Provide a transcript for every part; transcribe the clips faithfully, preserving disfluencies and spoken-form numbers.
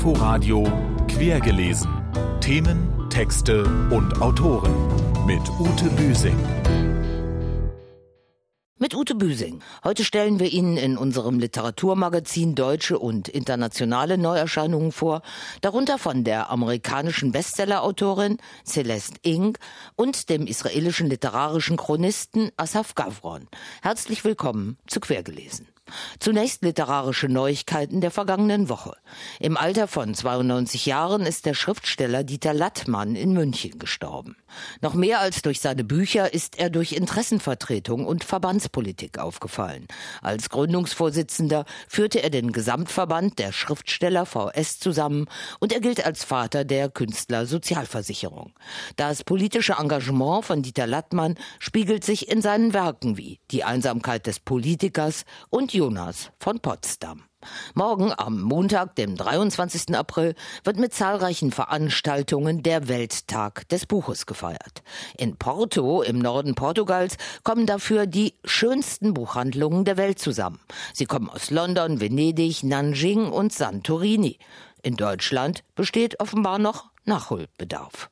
Inforadio Quergelesen. Themen, Texte und Autoren mit Ute Büsing. Mit Ute Büsing. Heute stellen wir Ihnen in unserem Literaturmagazin deutsche und internationale Neuerscheinungen vor, darunter von der amerikanischen Bestsellerautorin Celeste Ng und dem israelischen literarischen Chronisten Asaf Gavron. Herzlich willkommen zu Quergelesen. Zunächst literarische Neuigkeiten der vergangenen Woche. Im Alter von zweiundneunzig Jahren ist der Schriftsteller Dieter Lattmann in München gestorben. Noch mehr als durch seine Bücher ist er durch Interessenvertretung und Verbandspolitik aufgefallen. Als Gründungsvorsitzender führte er den Gesamtverband der Schriftsteller V S zusammen und er gilt als Vater der Künstlersozialversicherung. Das politische Engagement von Dieter Lattmann spiegelt sich in seinen Werken wie Die Einsamkeit des Politikers und Jonas von Potsdam. Morgen, am Montag, dem dreiundzwanzigsten April, wird mit zahlreichen Veranstaltungen der Welttag des Buches gefeiert. In Porto, im Norden Portugals, kommen dafür die schönsten Buchhandlungen der Welt zusammen. Sie kommen aus London, Venedig, Nanjing und Santorini. In Deutschland besteht offenbar noch Nachholbedarf.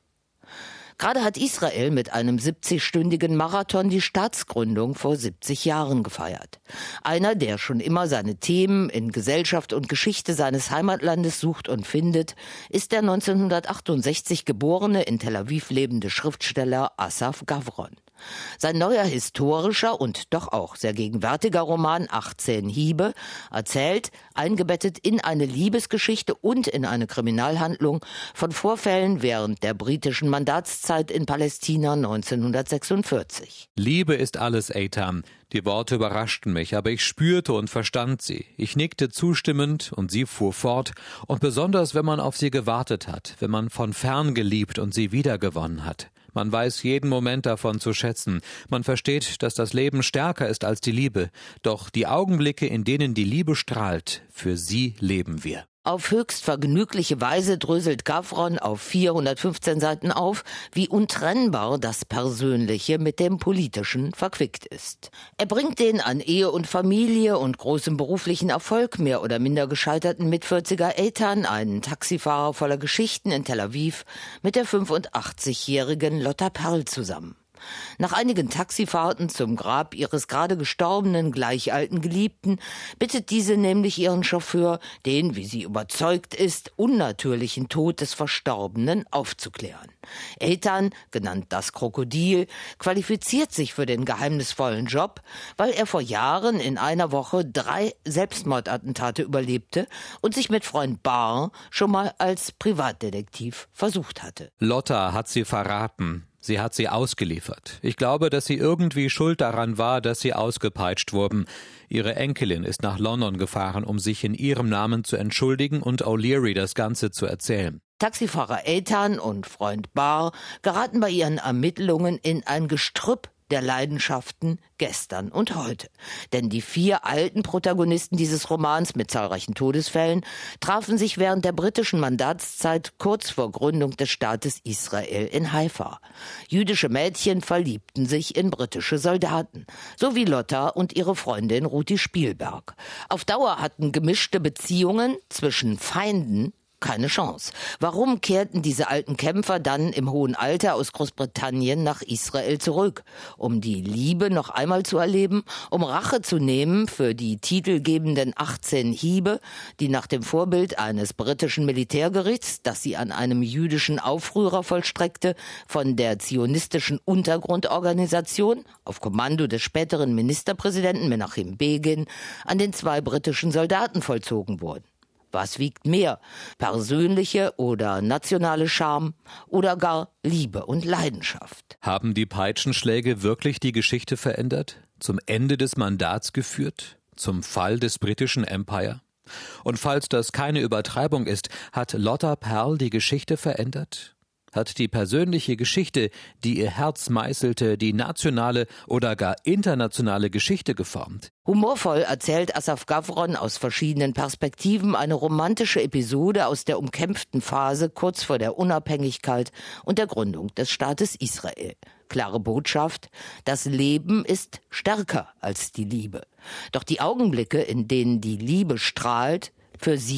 Gerade hat Israel mit einem siebzigstündigen Marathon die Staatsgründung vor siebzig Jahren gefeiert. Einer, der schon immer seine Themen in Gesellschaft und Geschichte seines Heimatlandes sucht und findet, ist der neunzehnhundertachtundsechzig geborene, in Tel Aviv lebende Schriftsteller Asaf Gavron. Sein neuer historischer und doch auch sehr gegenwärtiger Roman achtzehn Hiebe erzählt, eingebettet in eine Liebesgeschichte und in eine Kriminalhandlung, von Vorfällen während der britischen Mandatszeit in Palästina neunzehnhundertsechsundvierzig. Liebe ist alles, Eitan. Die Worte überraschten mich, aber ich spürte und verstand sie. Ich nickte zustimmend und sie fuhr fort. Und besonders, wenn man auf sie gewartet hat, wenn man von fern geliebt und sie wiedergewonnen hat. Man weiß jeden Moment davon zu schätzen. Man versteht, dass das Leben stärker ist als die Liebe. Doch die Augenblicke, in denen die Liebe strahlt, für sie leben wir. Auf höchst vergnügliche Weise dröselt Gavron auf vierhundertfünfzehn Seiten auf, wie untrennbar das Persönliche mit dem Politischen verquickt ist. Er bringt den an Ehe und Familie und großem beruflichen Erfolg mehr oder minder gescheiterten Mitvierziger Eitan, einen Taxifahrer voller Geschichten in Tel Aviv, mit der fünfundachtzigjährigen Lotta Perl zusammen. Nach einigen Taxifahrten zum Grab ihres gerade gestorbenen, gleichalten Geliebten bittet diese nämlich ihren Chauffeur, den, wie sie überzeugt ist, unnatürlichen Tod des Verstorbenen aufzuklären. Eitan, genannt das Krokodil, qualifiziert sich für den geheimnisvollen Job, weil er vor Jahren in einer Woche drei Selbstmordattentate überlebte und sich mit Freund Bar schon mal als Privatdetektiv versucht hatte. Lotta hat sie verraten. Sie hat sie ausgeliefert. Ich glaube, dass sie irgendwie schuld daran war, dass sie ausgepeitscht wurden. Ihre Enkelin ist nach London gefahren, um sich in ihrem Namen zu entschuldigen und O'Leary das Ganze zu erzählen. Taxifahrer Eitan und Freund Bar geraten bei ihren Ermittlungen in ein Gestrüpp der Leidenschaften gestern und heute. Denn die vier alten Protagonisten dieses Romans mit zahlreichen Todesfällen trafen sich während der britischen Mandatszeit kurz vor Gründung des Staates Israel in Haifa. Jüdische Mädchen verliebten sich in britische Soldaten, so wie Lotta und ihre Freundin Ruti Spielberg. Auf Dauer hatten gemischte Beziehungen zwischen Feinden keine Chance. Warum kehrten diese alten Kämpfer dann im hohen Alter aus Großbritannien nach Israel zurück? Um die Liebe noch einmal zu erleben, um Rache zu nehmen für die titelgebenden achtzehn Hiebe, die nach dem Vorbild eines britischen Militärgerichts, das sie an einem jüdischen Aufrührer vollstreckte, von der zionistischen Untergrundorganisation, auf Kommando des späteren Ministerpräsidenten Menachem Begin, an den zwei britischen Soldaten vollzogen wurden. Was wiegt mehr? Persönliche oder nationale Scham oder gar Liebe und Leidenschaft? Haben die Peitschenschläge wirklich die Geschichte verändert? Zum Ende des Mandats geführt? Zum Fall des britischen Empire? Und falls das keine Übertreibung ist, hat Lotta Perl die Geschichte verändert? Hat die persönliche Geschichte, die ihr Herz meißelte, die nationale oder gar internationale Geschichte geformt? Humorvoll erzählt Asaf Gavron aus verschiedenen Perspektiven eine romantische Episode aus der umkämpften Phase kurz vor der Unabhängigkeit und der Gründung des Staates Israel. Klare Botschaft: Das Leben ist stärker als die Liebe. Doch die Augenblicke, in denen die Liebe strahlt, für sie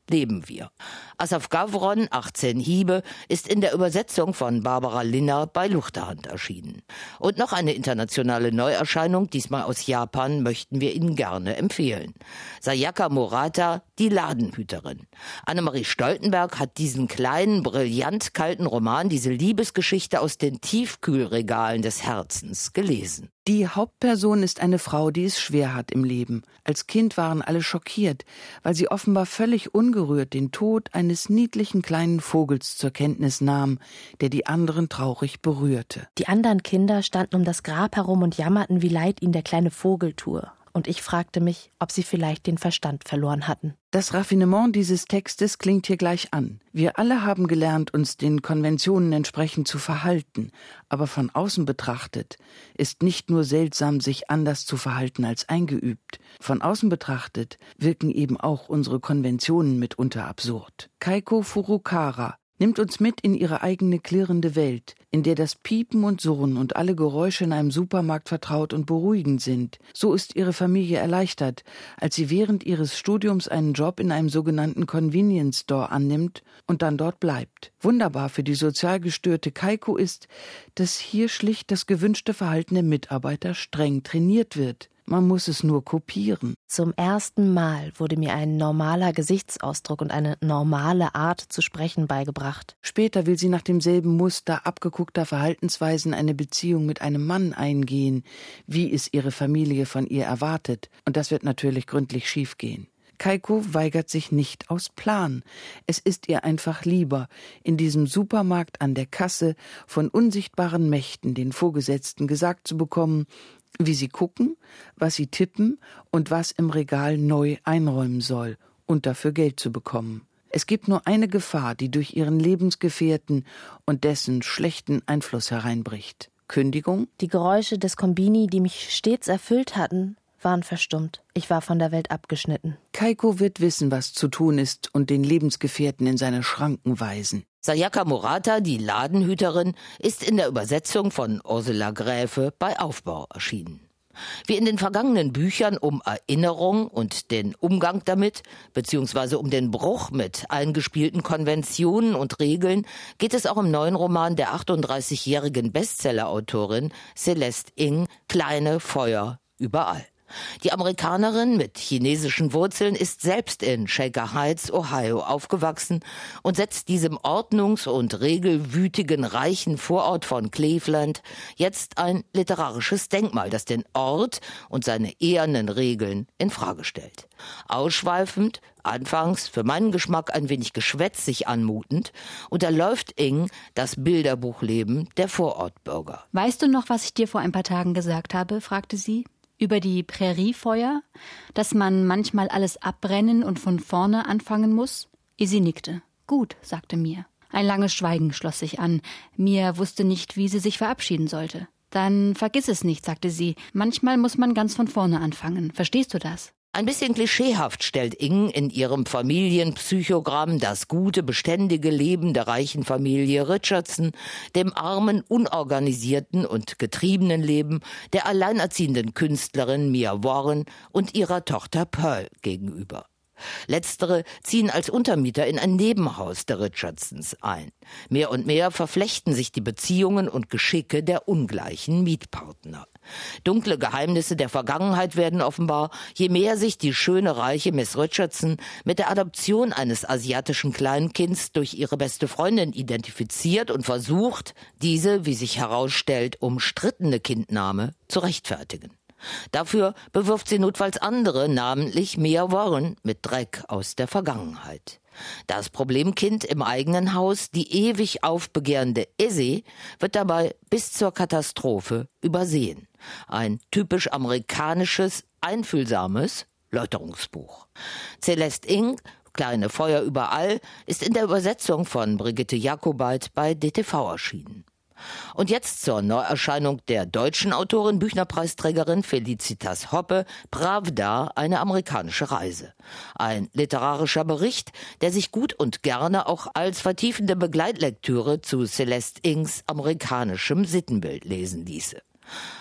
leben wir. Asaf Gavron, achtzehn Hiebe, ist in der Übersetzung von Barbara Linner bei Luchterhand erschienen. Und noch eine internationale Neuerscheinung, diesmal aus Japan, möchten wir Ihnen gerne empfehlen. Sayaka Murata, Die Ladenhüterin. Annemarie Stoltenberg hat diesen kleinen, brillant kalten Roman, diese Liebesgeschichte aus den Tiefkühlregalen des Herzens gelesen. Die Hauptperson ist eine Frau, die es schwer hat im Leben. Als Kind waren alle schockiert, weil sie offenbar völlig ungerührt den Tod eines niedlichen kleinen Vogels zur Kenntnis nahm, der die anderen traurig berührte. Die anderen Kinder standen um das Grab herum und jammerten, wie leid ihnen der kleine Vogel tue. Und ich fragte mich, ob sie vielleicht den Verstand verloren hatten. Das Raffinement dieses Textes klingt hier gleich an. Wir alle haben gelernt, uns den Konventionen entsprechend zu verhalten. Aber von außen betrachtet ist nicht nur seltsam, sich anders zu verhalten als eingeübt. Von außen betrachtet wirken eben auch unsere Konventionen mitunter absurd. Keiko Furukawa nimmt uns mit in ihre eigene klirrende Welt, in der das Piepen und Surren und alle Geräusche in einem Supermarkt vertraut und beruhigend sind. So ist ihre Familie erleichtert, als sie während ihres Studiums einen Job in einem sogenannten Convenience Store annimmt und dann dort bleibt. Wunderbar für die sozial gestörte Keiko ist, dass hier schlicht das gewünschte Verhalten der Mitarbeiter streng trainiert wird. Man muss es nur kopieren. Zum ersten Mal wurde mir ein normaler Gesichtsausdruck und eine normale Art zu sprechen beigebracht. Später will sie nach demselben Muster abgeguckter Verhaltensweisen eine Beziehung mit einem Mann eingehen, wie es ihre Familie von ihr erwartet. Und das wird natürlich gründlich schiefgehen. Keiko weigert sich nicht aus Plan. Es ist ihr einfach lieber, in diesem Supermarkt an der Kasse von unsichtbaren Mächten, den Vorgesetzten, gesagt zu bekommen, wie sie gucken, was sie tippen und was im Regal neu einräumen soll und dafür Geld zu bekommen. Es gibt nur eine Gefahr, die durch ihren Lebensgefährten und dessen schlechten Einfluss hereinbricht. Kündigung? Die Geräusche des Kombini, die mich stets erfüllt hatten, waren verstummt. Ich war von der Welt abgeschnitten. Keiko wird wissen, was zu tun ist und den Lebensgefährten in seine Schranken weisen. Sayaka Murata, Die Ladenhüterin, ist in der Übersetzung von Ursula Gräfe bei Aufbau erschienen. Wie in den vergangenen Büchern um Erinnerung und den Umgang damit, beziehungsweise um den Bruch mit eingespielten Konventionen und Regeln, geht es auch im neuen Roman der achtunddreißigjährigen Bestsellerautorin Celeste Ng, Kleine Feuer überall. Die Amerikanerin mit chinesischen Wurzeln ist selbst in Shaker Heights, Ohio, aufgewachsen und setzt diesem ordnungs- und regelwütigen, reichen Vorort von Cleveland jetzt ein literarisches Denkmal, das den Ort und seine ehernen Regeln in Frage stellt. Ausschweifend, anfangs für meinen Geschmack ein wenig geschwätzig anmutend, unterläuft Ng das Bilderbuchleben der Vorortbürger. Weißt du noch, was ich dir vor ein paar Tagen gesagt habe? Fragte sie. Über die Präriefeuer, dass man manchmal alles abbrennen und von vorne anfangen muss? Sie nickte. Gut, sagte mir. Ein langes Schweigen schloss sich an. Mir wusste nicht, wie sie sich verabschieden sollte. Dann vergiss es nicht, sagte sie. Manchmal muss man ganz von vorne anfangen. Verstehst du das? Ein bisschen klischeehaft stellt Ng in ihrem Familienpsychogramm das gute, beständige Leben der reichen Familie Richardson dem armen, unorganisierten und getriebenen Leben der alleinerziehenden Künstlerin Mia Warren und ihrer Tochter Pearl gegenüber. Letztere ziehen als Untermieter in ein Nebenhaus der Richardsons ein. Mehr und mehr verflechten sich die Beziehungen und Geschicke der ungleichen Mietpartner. Dunkle Geheimnisse der Vergangenheit werden offenbar, je mehr sich die schöne, reiche Miss Richardson mit der Adoption eines asiatischen Kleinkinds durch ihre beste Freundin identifiziert und versucht, diese, wie sich herausstellt, umstrittene Kindnahme zu rechtfertigen. Dafür bewirft sie notfalls andere, namentlich Mia Warren, mit Dreck aus der Vergangenheit. Das Problemkind im eigenen Haus, die ewig aufbegehrende Izzy, wird dabei bis zur Katastrophe übersehen. Ein typisch amerikanisches, einfühlsames Läuterungsbuch. Celeste Ng, Kleine Feuer überall, ist in der Übersetzung von Brigitte Jakobait bei D T V erschienen. Und jetzt zur Neuerscheinung der deutschen Autorin, Büchnerpreisträgerin Felicitas Hoppe, Pravda, eine amerikanische Reise. Ein literarischer Bericht, der sich gut und gerne auch als vertiefende Begleitlektüre zu Celeste Ngs amerikanischem Sittenbild lesen ließe.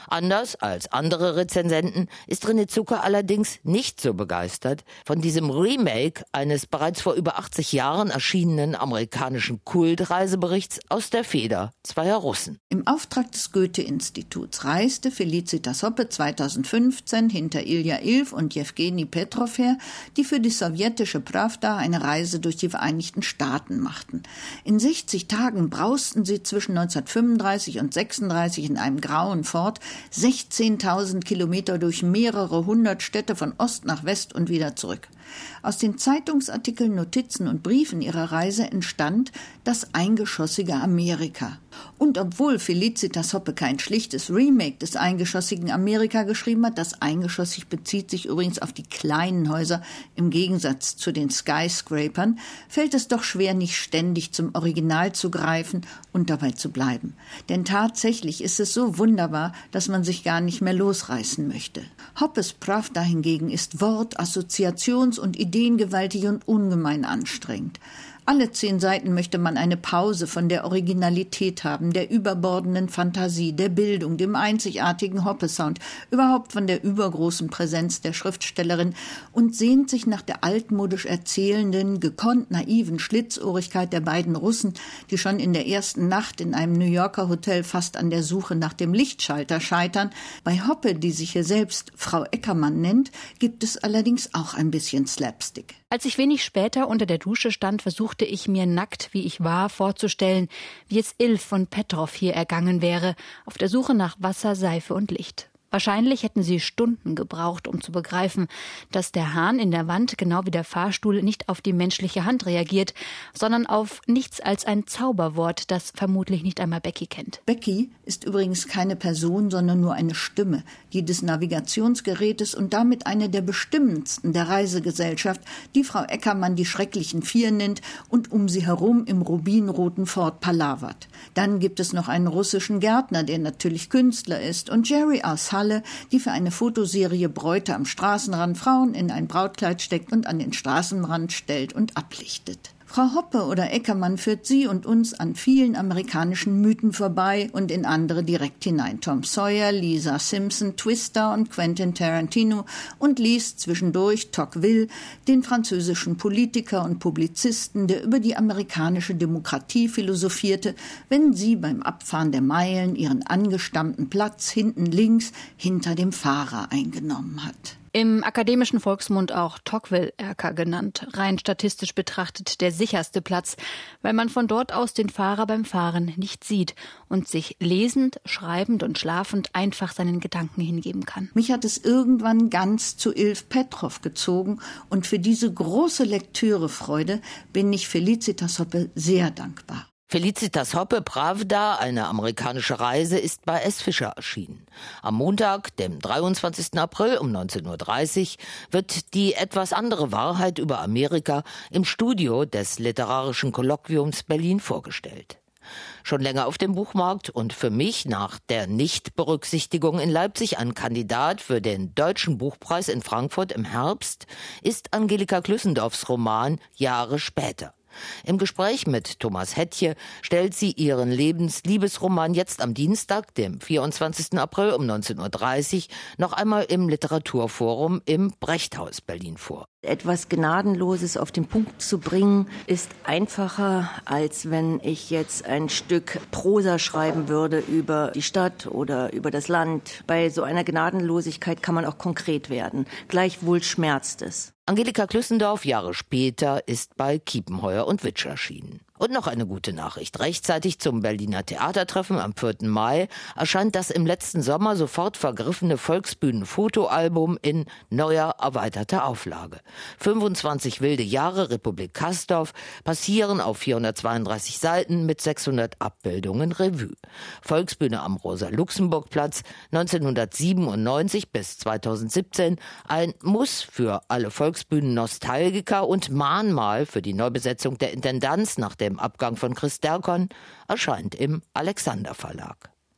Anders als andere Rezensenten ist René Zucker allerdings nicht so begeistert von diesem Remake eines bereits vor über achtzig Jahren erschienenen amerikanischen Kultreiseberichts aus der Feder zweier Russen. Im Auftrag des Goethe-Instituts reiste Felicitas Hoppe zweitausendfünfzehn hinter Ilja Ilf und Jewgeni Petrov her, die für die sowjetische Pravda eine Reise durch die Vereinigten Staaten machten. In sechzig Tagen brausten sie zwischen neunzehnhundertfünfunddreißig und sechsunddreißig in einem grauen Ford sechzehntausend Kilometer durch mehrere hundert Städte von Ost nach West und wieder zurück. Aus den Zeitungsartikeln, Notizen und Briefen ihrer Reise entstand das eingeschossige Amerika. Und obwohl Felicitas Hoppe kein schlichtes Remake des eingeschossigen Amerika geschrieben hat, das eingeschossig bezieht sich übrigens auf die kleinen Häuser im Gegensatz zu den Skyscrapern, fällt es doch schwer, nicht ständig zum Original zu greifen und dabei zu bleiben. Denn tatsächlich ist es so wunderbar, dass man sich gar nicht mehr losreißen möchte. Hoppes Pravda hingegen ist Wort-, Assoziations- und ideengewaltig und ungemein anstrengend. Alle zehn Seiten möchte man eine Pause von der Originalität haben, der überbordenden Fantasie, der Bildung, dem einzigartigen Hoppe-Sound, überhaupt von der übergroßen Präsenz der Schriftstellerin und sehnt sich nach der altmodisch erzählenden, gekonnt naiven Schlitzohrigkeit der beiden Russen, die schon in der ersten Nacht in einem New Yorker Hotel fast an der Suche nach dem Lichtschalter scheitern. Bei Hoppe, die sich hier selbst Frau Eckermann nennt, gibt es allerdings auch ein bisschen Slapstick. Als ich wenig später unter der Dusche stand, versuchte ich mir nackt, wie ich war, vorzustellen, wie es Ilf von Petrov hier ergangen wäre, auf der Suche nach Wasser, Seife und Licht. Wahrscheinlich hätten sie Stunden gebraucht, um zu begreifen, dass der Hahn in der Wand, genau wie der Fahrstuhl, nicht auf die menschliche Hand reagiert, sondern auf nichts als ein Zauberwort, das vermutlich nicht einmal Becky kennt. Becky ist übrigens keine Person, sondern nur eine Stimme, die des Navigationsgerätes und damit eine der bestimmendsten der Reisegesellschaft, die Frau Eckermann die schrecklichen Vier nennt und um sie herum im rubinroten Ford palavert. Dann gibt es noch einen russischen Gärtner, der natürlich Künstler ist, und Jerry aus Halle, die für eine Fotoserie Bräute am Straßenrand Frauen in ein Brautkleid steckt und an den Straßenrand stellt und ablichtet. Frau Hoppe oder Eckermann führt sie und uns an vielen amerikanischen Mythen vorbei und in andere direkt hinein. Tom Sawyer, Lisa Simpson, Twister und Quentin Tarantino und liest zwischendurch Tocqueville, den französischen Politiker und Publizisten, der über die amerikanische Demokratie philosophierte, wenn sie beim Abfahren der Meilen ihren angestammten Platz hinten links hinter dem Fahrer eingenommen hat. Im akademischen Volksmund auch Tocqueville-Erker genannt, rein statistisch betrachtet der sicherste Platz, weil man von dort aus den Fahrer beim Fahren nicht sieht und sich lesend, schreibend und schlafend einfach seinen Gedanken hingeben kann. Mich hat es irgendwann ganz zu Ilf Petrov gezogen und für diese große Lektürefreude bin ich Felicitas Hoppe sehr dankbar. Felicitas Hoppe, Pravda, eine amerikanische Reise, ist bei S. Fischer erschienen. Am Montag, dem dreiundzwanzigsten April um neunzehn Uhr dreißig, wird die etwas andere Wahrheit über Amerika im Studio des Literarischen Kolloquiums Berlin vorgestellt. Schon länger auf dem Buchmarkt und für mich nach der Nichtberücksichtigung in Leipzig ein Kandidat für den Deutschen Buchpreis in Frankfurt im Herbst ist Angelika Klüssendorfs Roman Jahre später. Im Gespräch mit Thomas Hettche stellt sie ihren Lebens-Liebesroman jetzt am Dienstag, dem vierundzwanzigsten April um neunzehn Uhr dreißig, noch einmal im Literaturforum im Brechthaus Berlin vor. Etwas Gnadenloses auf den Punkt zu bringen, ist einfacher, als wenn ich jetzt ein Stück Prosa schreiben würde über die Stadt oder über das Land. Bei so einer Gnadenlosigkeit kann man auch konkret werden. Gleichwohl schmerzt es. Angelika Klüssendorf, Jahre später, ist bei Kiepenheuer und Witsch erschienen. Und noch eine gute Nachricht. Rechtzeitig zum Berliner Theatertreffen am vierten Mai erscheint das im letzten Sommer sofort vergriffene Volksbühnen-Fotoalbum in neuer, erweiterter Auflage. fünfundzwanzig wilde Jahre Republik Castorf passieren auf vierhundertzweiunddreißig Seiten mit sechshundert Abbildungen Revue. Volksbühne am Rosa-Luxemburg-Platz neunzehnhundertsiebenundneunzig bis zweitausendsiebzehn, ein Muss für alle Volksbühnen-Nostalgiker und Mahnmal für die Neubesetzung der Intendanz nach dem Abgang von Chris Derkon, erscheint im Alexander Verlag.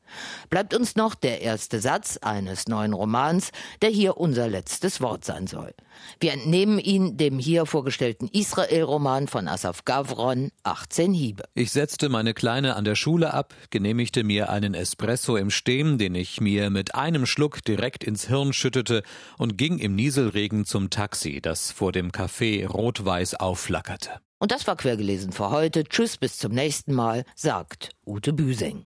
Bleibt uns noch der erste Satz eines neuen Romans, der hier unser letztes Wort sein soll. Wir entnehmen ihn dem hier vorgestellten Israel-Roman von Asaf Gavron, achtzehn Hiebe. Ich setzte meine Kleine an der Schule ab, genehmigte mir einen Espresso im Stehen, den ich mir mit einem Schluck direkt ins Hirn schüttete, und ging im Nieselregen zum Taxi, das vor dem Café rot-weiß aufflackerte. Und das war Quergelesen für heute. Tschüss, bis zum nächsten Mal, sagt Ute Büsing.